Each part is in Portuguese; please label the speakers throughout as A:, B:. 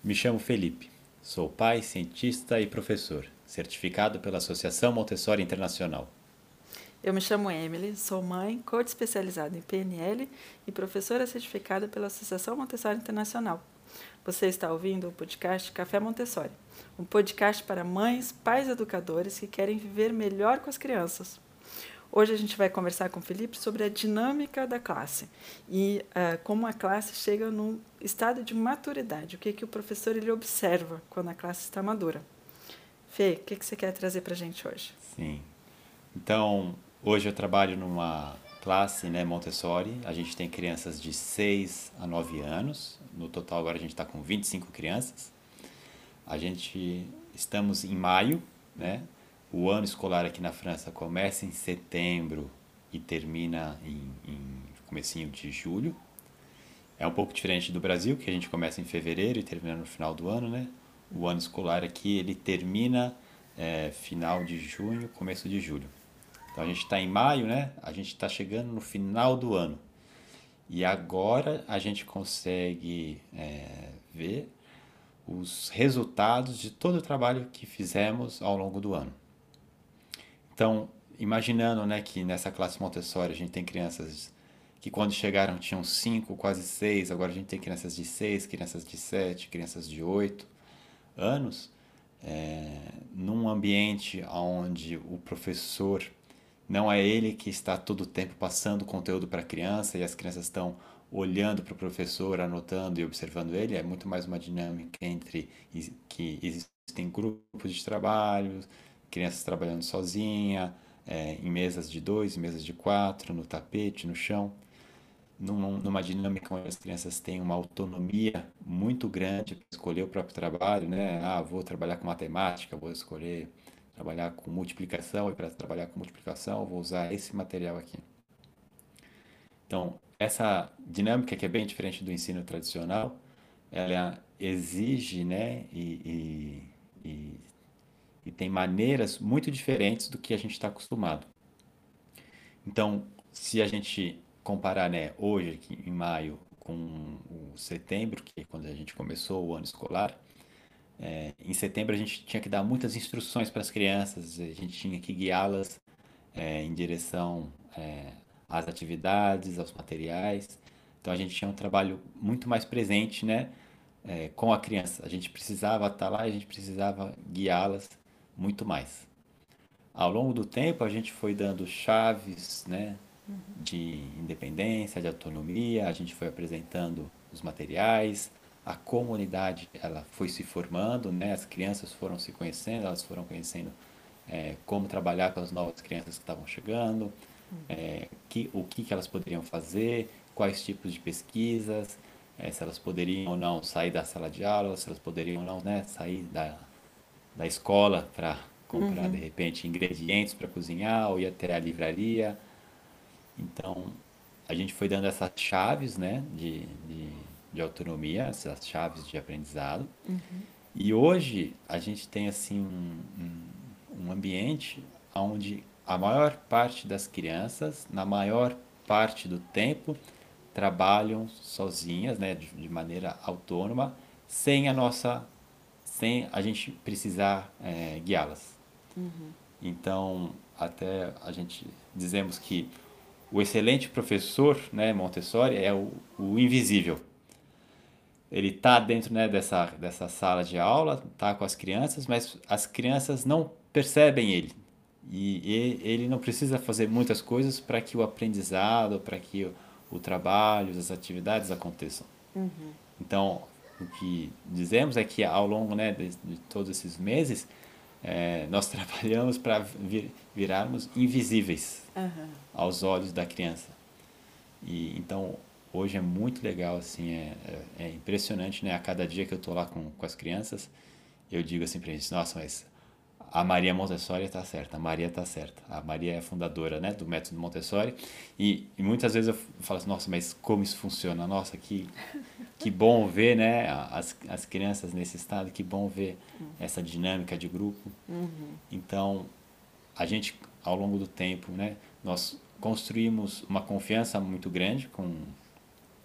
A: Me chamo Felipe. Sou pai, cientista e professor, certificado pela Associação Montessori Internacional.
B: Eu me chamo Emily, sou mãe, coach especializada em PNL e professora certificada pela Associação Montessori Internacional. Você está ouvindo o podcast Café Montessori, um podcast para mães, pais educadores que querem viver melhor com as crianças. Hoje a gente vai conversar com o Felipe sobre a dinâmica da classe e como a classe chega num estado de maturidade, o que o professor ele observa quando a classe está madura. Fê, o que você quer trazer para a gente hoje?
A: Sim. Então, hoje eu trabalho numa classe, né, Montessori. A gente tem crianças de 6 a 9 anos. No total agora a gente está com 25 crianças. A gente estamos em maio, né? O ano escolar aqui na França começa em setembro e termina em comecinho de julho. É um pouco diferente do Brasil, que a gente começa em fevereiro e termina no final do ano, né? O ano escolar aqui, ele termina final de junho, começo de julho. Então a gente está em maio, né? A gente está chegando no final do ano. E agora a gente consegue ver os resultados de todo o trabalho que fizemos ao longo do ano. Então, imaginando, né, que nessa classe Montessori a gente tem crianças que quando chegaram tinham 5, quase 6, agora a gente tem crianças de 6, crianças de 7, crianças de 8 anos, num ambiente onde o professor não é ele que está todo o tempo passando o conteúdo para a criança e as crianças estão olhando para o professor, anotando e observando ele, é muito mais uma dinâmica entre que existem grupos de trabalho, crianças trabalhando sozinha, em mesas de dois, mesas de quatro, no tapete, no chão, numa dinâmica onde as crianças têm uma autonomia muito grande para escolher o próprio trabalho, né? Ah, vou trabalhar com matemática, vou escolher trabalhar com multiplicação e para trabalhar com multiplicação vou usar esse material aqui. Então, essa dinâmica que é bem diferente do ensino tradicional, ela exige, né, e tem maneiras muito diferentes do que a gente está acostumado. Então, se a gente comparar, né, hoje, aqui em maio, com o setembro, que é quando a gente começou o ano escolar, em setembro a gente tinha que dar muitas instruções para as crianças, a gente tinha que guiá-las em direção às atividades, aos materiais. Então a gente tinha um trabalho muito mais presente, né, com a criança. A gente precisava estar lá, a gente precisava guiá-las muito mais. Ao longo do tempo a gente foi dando chaves, né, de independência, de autonomia, a gente foi apresentando os materiais, a comunidade ela foi se formando, né? As crianças foram se conhecendo, elas foram conhecendo como trabalhar com as novas crianças que estavam chegando, o que elas poderiam fazer, quais tipos de pesquisas, se elas poderiam ou não sair da sala de aula, se elas poderiam ou não, né, sair da escola para comprar de repente ingredientes para cozinhar ou ir até a livraria. Então, a gente foi dando essas chaves, né, de autonomia, essas chaves de aprendizado. E hoje a gente tem assim um ambiente onde a maior parte das crianças, na maior parte do tempo, trabalham sozinhas, né, de maneira autônoma, sem a gente precisar guiá-las. Então, até a gente dizemos que o excelente professor, né, Montessori, é o invisível. Ele está dentro, né, dessa sala de aula, está com as crianças, mas as crianças não percebem ele. Ele não precisa fazer muitas coisas para que o aprendizado, para que o trabalho, as atividades aconteçam. Então, o que dizemos é que ao longo, né, de todos esses meses, nós trabalhamos para virarmos invisíveis aos olhos da criança. E então hoje é muito legal, assim, é impressionante, né? A cada dia que eu tô lá com as crianças, eu digo assim pra eles, nossa, mas a Maria Montessori está certa, a Maria está certa. A Maria é a fundadora, né, do método Montessori. E muitas vezes eu falo assim, nossa, mas como isso funciona? Nossa, que bom ver, né, as crianças nesse estado, que bom ver essa dinâmica de grupo. Então, a gente, ao longo do tempo, né, nós construímos uma confiança muito grande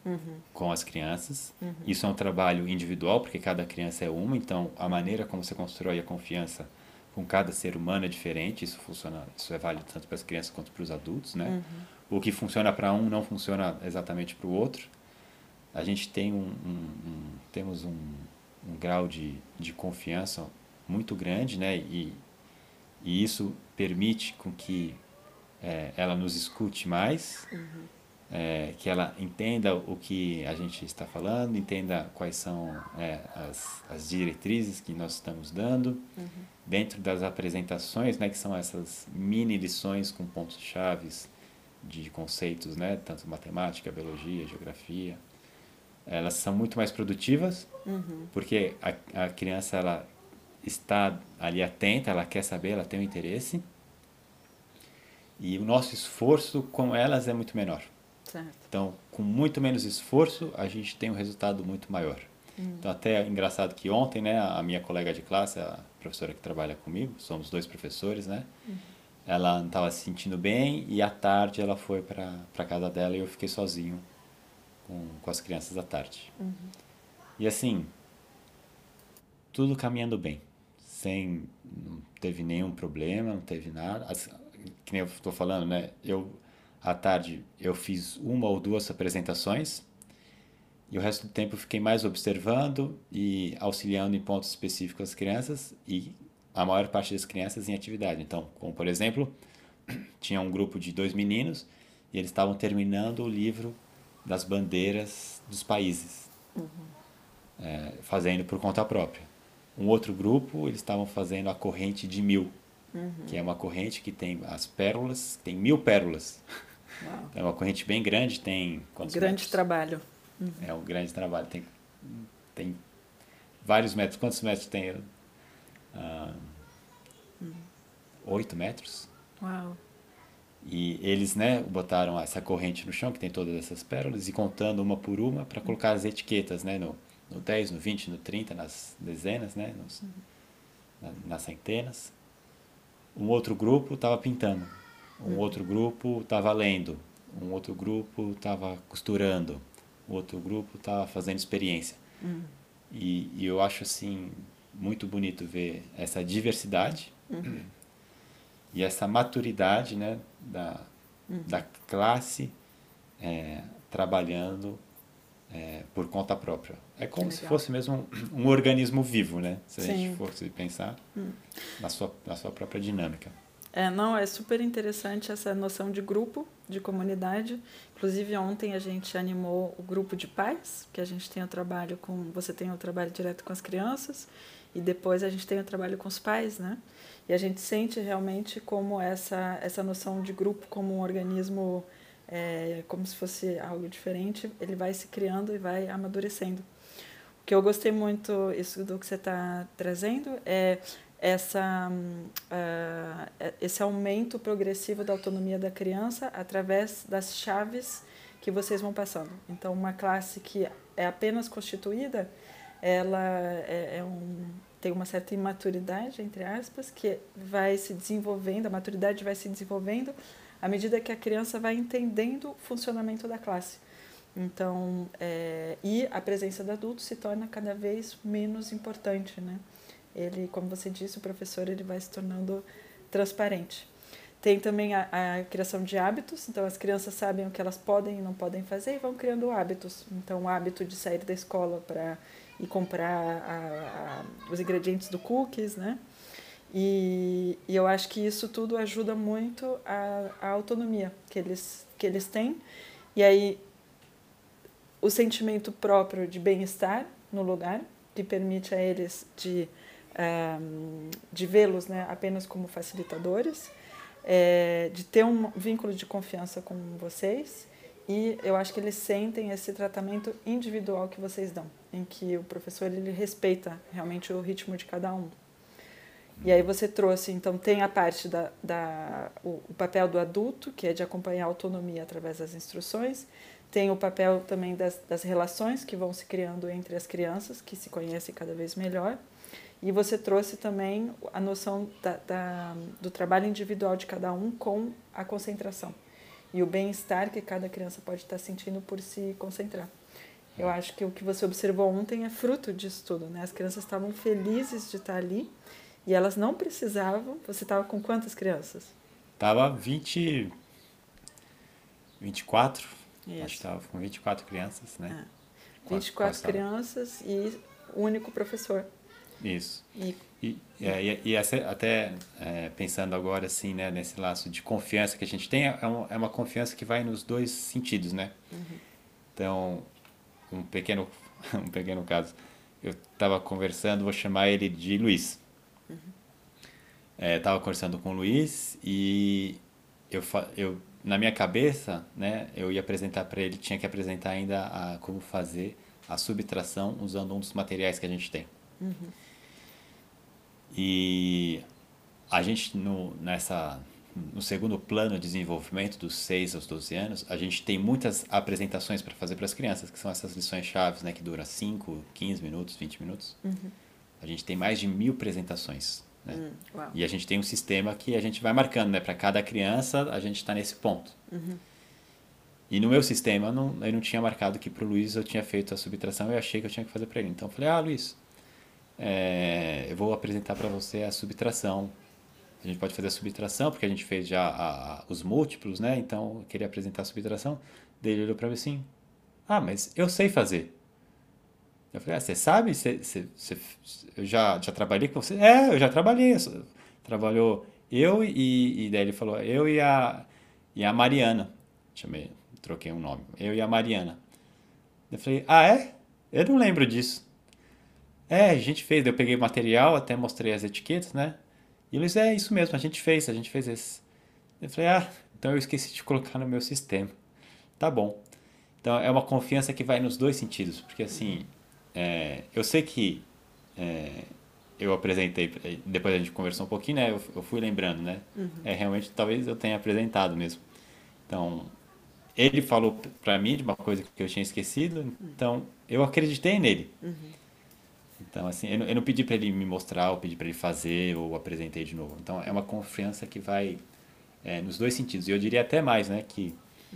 A: com as crianças. Isso é um trabalho individual, porque cada criança é uma, então a maneira como você constrói a confiança com cada ser humano é diferente. Isso é válido tanto para as crianças quanto para os adultos, né? O que funciona para um não funciona exatamente para o outro. A gente tem temos um grau de confiança muito grande, né? E isso permite com que ela nos escute mais, que ela entenda o que a gente está falando, entenda quais são as diretrizes que nós estamos dando, dentro das apresentações, né, que são essas mini lições com pontos-chave de conceitos, né, tanto matemática, biologia, geografia. Elas são muito mais produtivas, porque a criança ela está ali atenta, ela quer saber, ela tem um interesse, e o nosso esforço com elas é muito menor.
B: Certo.
A: Então, com muito menos esforço, a gente tem um resultado muito maior. Então, até é engraçado que ontem, né, a minha colega de classe, a professora que trabalha comigo, somos 2 professores, né, ela não estava se sentindo bem e à tarde ela foi para casa dela e eu fiquei sozinho com as crianças à tarde. E assim, tudo caminhando bem, não teve nenhum problema, não teve nada. Que nem eu estou falando, né, à tarde eu fiz 1 ou 2 apresentações e o resto do tempo eu fiquei mais observando e auxiliando em pontos específicos as crianças e a maior parte das crianças em atividade. Então, como por exemplo, tinha um grupo de 2 meninos e eles estavam terminando o livro das bandeiras dos países, fazendo por conta própria. Um outro grupo, eles estavam fazendo a corrente de 1000, que é uma corrente que tem as pérolas, tem 1000 pérolas.
B: Uau.
A: É uma corrente bem grande, tem quantos
B: Grande
A: metros?
B: trabalho.
A: É um grande trabalho, tem vários metros. Quantos metros tem? 8 metros.
B: Uau.
A: E eles, né, botaram essa corrente no chão, que tem todas essas pérolas, e contando uma por uma para colocar as etiquetas, né, no 10, no 20, no 30, nas dezenas, né, nas centenas. Um outro grupo estava pintando, um outro grupo estava lendo, um outro grupo estava costurando, outro grupo estava fazendo experiência. E eu acho assim muito bonito ver essa diversidade e essa maturidade, né, da classe trabalhando por conta própria. É como se fosse mesmo um organismo vivo, né? Se a gente fosse pensar na sua própria dinâmica.
B: Não, é super interessante essa noção de grupo, de comunidade. Inclusive, ontem a gente animou o grupo de pais, que a gente tem o trabalho você tem o trabalho direto com as crianças, e depois a gente tem o trabalho com os pais, né? E a gente sente realmente como essa noção de grupo como um organismo, como se fosse algo diferente, ele vai se criando e vai amadurecendo. O que eu gostei muito isso do que você está trazendo é esse aumento progressivo da autonomia da criança através das chaves que vocês vão passando. Então, uma classe que é apenas constituída, ela tem uma certa imaturidade, entre aspas, que vai se desenvolvendo, a maturidade vai se desenvolvendo à medida que a criança vai entendendo o funcionamento da classe. Então, e a presença do adulto se torna cada vez menos importante, né? Ele, como você disse, o professor ele vai se tornando transparente. Tem também a criação de hábitos, então as crianças sabem o que elas podem e não podem fazer e vão criando hábitos. Então, o hábito de sair da escola para ir comprar os ingredientes do cookies, né? E eu acho que isso tudo ajuda muito a autonomia que eles têm. E aí, o sentimento próprio de bem-estar no lugar, que permite a eles de vê-los, né, apenas como facilitadores, de ter um vínculo de confiança com vocês, e eu acho que eles sentem esse tratamento individual que vocês dão, em que o professor ele respeita realmente o ritmo de cada um. E aí você trouxe, então, tem a parte o papel do adulto, que é de acompanhar a autonomia através das instruções, tem o papel também das relações que vão se criando entre as crianças, que se conhecem cada vez melhor. E você trouxe também a noção do trabalho individual de cada um com a concentração. e o bem-estar que cada criança pode estar sentindo por se concentrar. Eu acho que o que você observou ontem é fruto disso tudo, né? As crianças estavam felizes de estar ali e elas não precisavam. Você estava com quantas crianças?
A: Tava 24, acho que
B: Isso.
A: tava com 24 crianças, né?
B: É. 24
A: Quase tava.
B: crianças e o único professor.
A: Isso.
B: E
A: Até pensando agora assim, né, nesse laço de confiança que a gente tem, é uma confiança que vai nos dois sentidos, né? Então, um pequeno, um pequeno caso. Eu estava conversando, vou chamar ele de Luiz. Estava conversando com o Luiz e na minha cabeça, né, eu ia apresentar para ele, tinha que apresentar ainda como fazer a subtração usando um dos materiais que a gente tem. E a gente, no segundo plano de desenvolvimento, dos 6 aos 12 anos, a gente tem muitas apresentações para fazer para as crianças, que são essas lições chaves, né, que duram 5, 15 minutos, 20 minutos. A gente tem mais de 1000 apresentações. Né?
B: Uau.
A: E a gente tem um sistema que a gente vai marcando, né? Para cada criança, a gente está nesse ponto. E no meu sistema, eu não tinha marcado que para o Luiz eu tinha feito a subtração, eu achei que eu tinha que fazer para ele. Então eu falei, Luiz, eu vou apresentar para você a subtração. A gente pode fazer a subtração, porque a gente fez já os múltiplos, né? Então eu queria apresentar a subtração. Daí ele olhou para mim assim, mas eu sei fazer. Eu falei, você sabe? Eu já trabalhei com você? Eu já trabalhei. Trabalhou eu e daí ele falou, eu e a Mariana. Troquei um nome. Eu e a Mariana. Eu falei, é? Eu não lembro disso. A gente fez. Daí eu peguei o material, até mostrei as etiquetas, né? E eles, isso mesmo, a gente fez esse. Eu falei, então eu esqueci de colocar no meu sistema. Tá bom. Então é uma confiança que vai nos dois sentidos, porque assim, eu sei que eu apresentei, depois a gente conversou um pouquinho, né? Eu fui lembrando, né? Realmente talvez eu tenha apresentado mesmo. Então, ele falou pra mim de uma coisa que eu tinha esquecido, então eu acreditei nele. Então, assim, eu não pedi para ele me mostrar, ou pedi para ele fazer, ou apresentei de novo. Então, é uma confiança que vai nos dois sentidos. E eu diria até mais, né? Que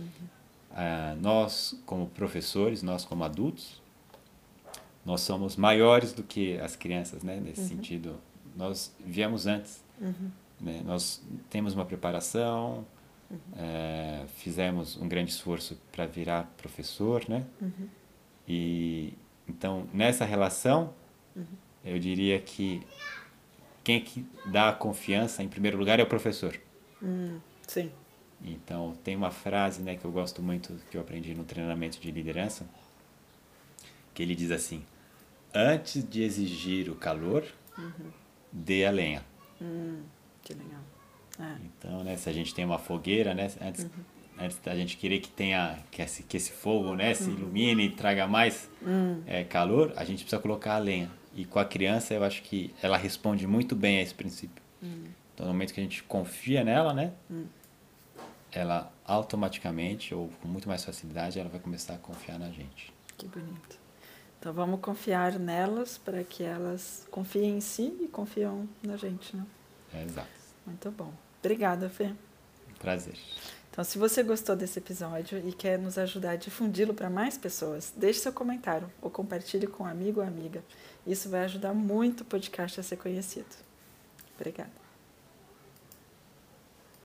A: nós, como professores, nós como adultos, nós somos maiores do que as crianças, né? Nesse sentido, nós viemos antes. Né? Nós temos uma preparação, fizemos um grande esforço para virar professor, né? E então, nessa relação, eu diria que quem que dá a confiança, em primeiro lugar, é o professor.
B: Sim.
A: Então, tem uma frase, né, que eu gosto muito, que eu aprendi no treinamento de liderança, que ele diz assim, antes de exigir o calor, dê a lenha.
B: Que legal.
A: Então, né, se a gente tem uma fogueira, né, antes da gente querer que esse fogo, né, se ilumine e traga mais calor, a gente precisa colocar a lenha. E com a criança, eu acho que ela responde muito bem a esse princípio. Então, no momento que a gente confia nela, né, ela automaticamente, ou com muito mais facilidade, ela vai começar a confiar na gente.
B: Que bonito. Então, vamos confiar nelas para que elas confiem em si e confiam na gente, né?
A: Exato.
B: Muito bom. Obrigada, Fê.
A: Prazer.
B: Então, se você gostou desse episódio e quer nos ajudar a difundi-lo para mais pessoas, deixe seu comentário ou compartilhe com um amigo ou amiga. Isso vai ajudar muito o podcast a ser conhecido. Obrigada.